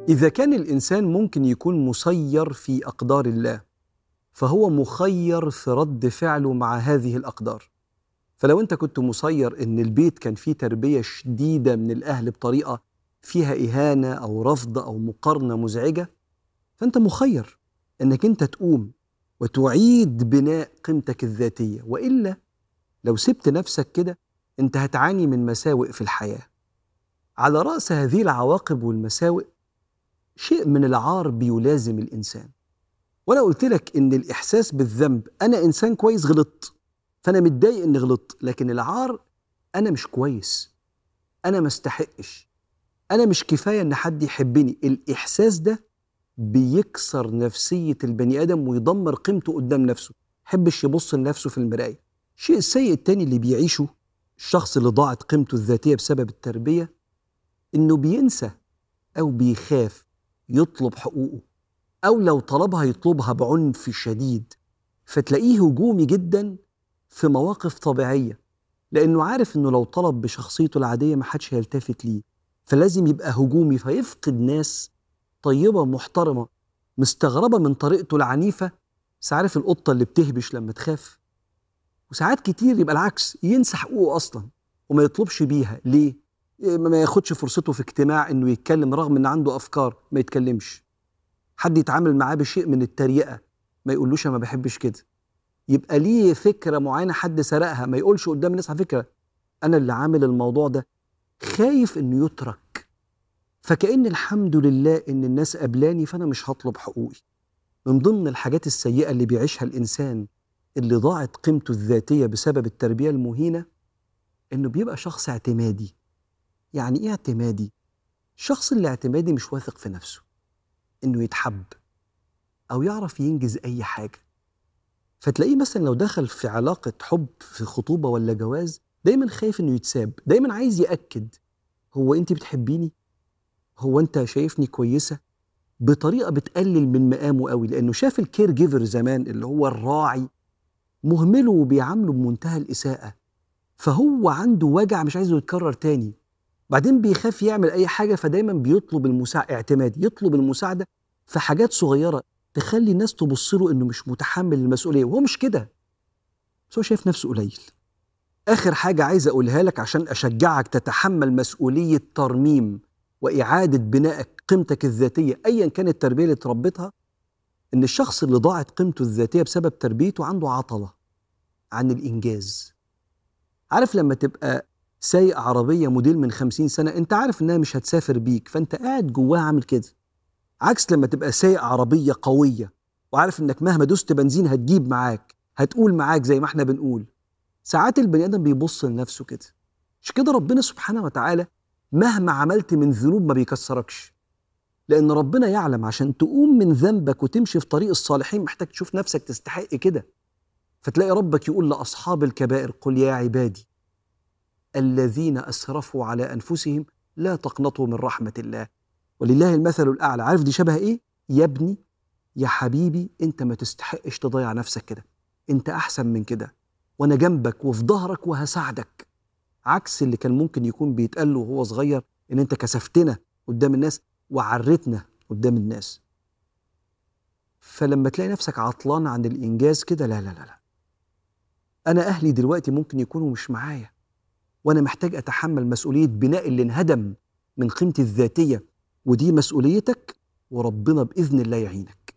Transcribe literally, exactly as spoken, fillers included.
إذا كان الإنسان ممكن يكون مسير في أقدار الله، فهو مخير في رد فعله مع هذه الأقدار. فلو أنت كنت مسير إن البيت كان فيه تربية شديدة من الأهل بطريقة فيها إهانة أو رفض أو مقارنة مزعجة، فأنت مخير إنك أنت تقوم وتعيد بناء قيمتك الذاتية، وإلا لو سبت نفسك كده أنت هتعاني من مساوئ في الحياة. على رأس هذه العواقب والمساوئ شيء من العار بيلازم الإنسان. وأنا قلت لك إن الإحساس بالذنب، أنا إنسان كويس غلطت فأنا متضايق إني غلطت، لكن العار أنا مش كويس، أنا ما استحقش، أنا مش كفاية إن حد يحبني. الإحساس ده بيكسر نفسية البني آدم ويدمر قيمته قدام نفسه، يحبش يبص لنفسه في المراية. الشيء السيء التاني اللي بيعيشه الشخص اللي ضاعت قيمته الذاتية بسبب التربية، إنه بينسى أو بيخاف يطلب حقوقه، أو لو طلبها يطلبها بعنف شديد، فتلاقيه هجومي جدا في مواقف طبيعية، لأنه عارف إنه لو طلب بشخصيته العادية محدش هيلتفت ليه، فلازم يبقى هجومي، فيفقد ناس طيبة محترمة مستغربة من طريقته العنيفة. بس عارف القطة اللي بتهبش لما تخاف؟ وساعات كتير يبقى العكس، ينسى حقوقه أصلا وما يطلبش بيها. ليه؟ ما ياخدش فرصته في اجتماع إنه يتكلم رغم إن عنده أفكار، ما يتكلمش. حد يتعامل معاه بشيء من التريقة ما يقولوش أنا ما بحبش كده. يبقى ليه فكرة معينة حد سرقها ما يقولش قدام الناس على فكرة أنا اللي عامل الموضوع ده، خايف إنه يترك. فكأن الحمد لله إن الناس قبلاني فأنا مش هطلب حقوقي. من ضمن الحاجات السيئة اللي بيعيشها الإنسان اللي ضاعت قيمته الذاتية بسبب التربية المهينة، إنه بيبقى شخص اعتمادي. يعني إيه اعتمادي؟ الشخص اللي اعتمادي مش واثق في نفسه إنه يتحب أو يعرف ينجز أي حاجة. فتلاقيه مثلا لو دخل في علاقة حب في خطوبة ولا جواز، دايما خايف إنه يتساب، دايما عايز يأكد هو أنت بتحبيني؟ هو أنت شايفني كويسة؟ بطريقة بتقلل من مقامه قوي، لأنه شاف الكير جيفر زمان اللي هو الراعي مهمله وبيعامله بمنتهى الإساءة، فهو عنده وجع مش عايزه يتكرر تاني. بعدين بيخاف يعمل أي حاجة، فدايما بيطلب المساعدة، اعتمادي، يطلب المساعدة في حاجات صغيرة تخلي الناس تبص له إنه مش متحمل المسؤولية، وهو مش كده، بس هو شايف نفسه قليل. آخر حاجة عايز أقولها لك عشان أشجعك تتحمل مسؤولية ترميم وإعادة بنائك قيمتك الذاتية أيا كانت التربية اللي تربيتها، إن الشخص اللي ضاعت قيمته الذاتية بسبب تربيته عنده عطلة عن الإنجاز. عارف لما تبقى سايق عربية موديل من خمسين سنة، أنت عارف إنها مش هتسافر بيك، فأنت قاعد جواها عامل كده. عكس لما تبقى سايق عربية قوية وعارف إنك مهما دوست بنزين هتجيب معاك، هتقول معاك زي ما احنا بنقول. ساعات البني آدم بيبص لنفسه كده. مش كده ربنا سبحانه وتعالى مهما عملت من ذنوب ما بيكسركش، لأن ربنا يعلم عشان تقوم من ذنبك وتمشي في طريق الصالحين محتاج تشوف نفسك تستحق كده. فتلاقي ربك يقول لأصحاب الكبائر قل يا عبادي الذين أسرفوا على أنفسهم لا تقنطوا من رحمة الله ولله المثل الأعلى. عارف دي شبه إيه؟ يا ابني يا حبيبي أنت ما تستحقش تضيع نفسك كده، أنت أحسن من كده، وأنا جنبك وفي ظهرك وهساعدك. عكس اللي كان ممكن يكون بيتقال له وهو صغير إن أنت كسفتنا قدام الناس وعرتنا قدام الناس. فلما تلاقي نفسك عطلان عن الإنجاز كده، لا لا لا لا، أنا أهلي دلوقتي ممكن يكونوا مش معايا، وأنا محتاج أتحمل مسؤولية بناء اللي انهدم من قيمتي الذاتية، ودي مسؤوليتك وربنا بإذن الله يعينك.